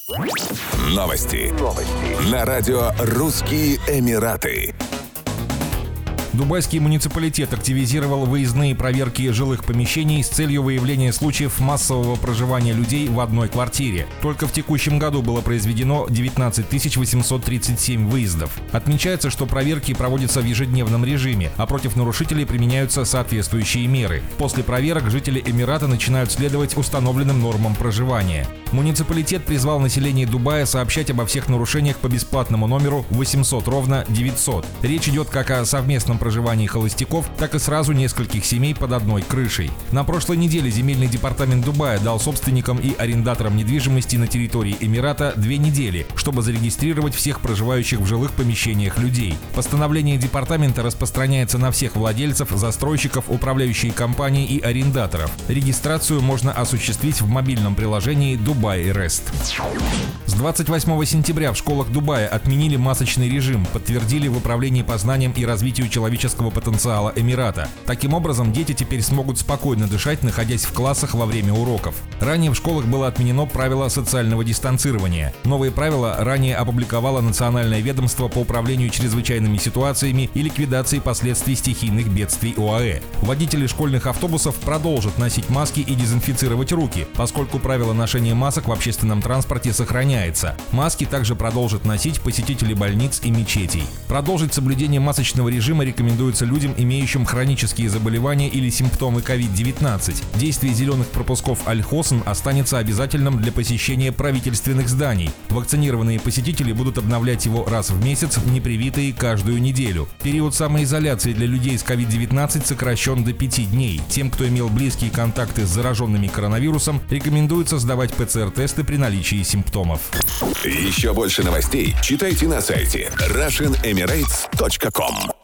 Новости. На радио «Русские Эмираты». Дубайский муниципалитет активизировал выездные проверки жилых помещений с целью выявления случаев массового проживания людей в одной квартире. Только в текущем году было произведено 19 837 выездов. Отмечается, что проверки проводятся в ежедневном режиме, а против нарушителей применяются соответствующие меры. После проверок жители Эмирата начинают следовать установленным нормам проживания. Муниципалитет призвал население Дубая сообщать обо всех нарушениях по бесплатному номеру 800 ровно 900. Речь идет как о совместном проживании холостяков, так и сразу нескольких семей под одной крышей. На прошлой неделе земельный департамент Дубая дал собственникам и арендаторам недвижимости на территории Эмирата 2 недели, чтобы зарегистрировать всех проживающих в жилых помещениях людей. Постановление департамента распространяется на всех владельцев, застройщиков, управляющие компании и арендаторов. Регистрацию можно осуществить в мобильном приложении Dubai Rest. С 28 сентября в школах Дубая отменили масочный режим, подтвердили в Управлении по знаниям и развитию человеческого потенциала Эмирата. Таким образом, дети теперь смогут спокойно дышать, находясь в классах во время уроков. Ранее в школах было отменено правило социального дистанцирования. Новые правила ранее опубликовало Национальное ведомство по управлению чрезвычайными ситуациями и ликвидации последствий стихийных бедствий ОАЭ. Водители школьных автобусов продолжат носить маски и дезинфицировать руки, поскольку правило ношения масок в общественном транспорте сохраняется. Маски также продолжат носить посетители больниц и мечетей. Продолжить соблюдение масочного режима рекомендуется людям, имеющим хронические заболевания или симптомы COVID-19. Действие зеленых пропусков Аль-Хосн останется обязательным для посещения правительственных зданий. Вакцинированные посетители будут обновлять его раз в месяц, непривитые каждую неделю. Период самоизоляции для людей с COVID-19 сокращен до 5 дней. Тем, кто имел близкие контакты с зараженными коронавирусом, рекомендуется сдавать ПЦР-тесты при наличии симптомов. Еще больше новостей читайте на сайте RussianEmirates.com.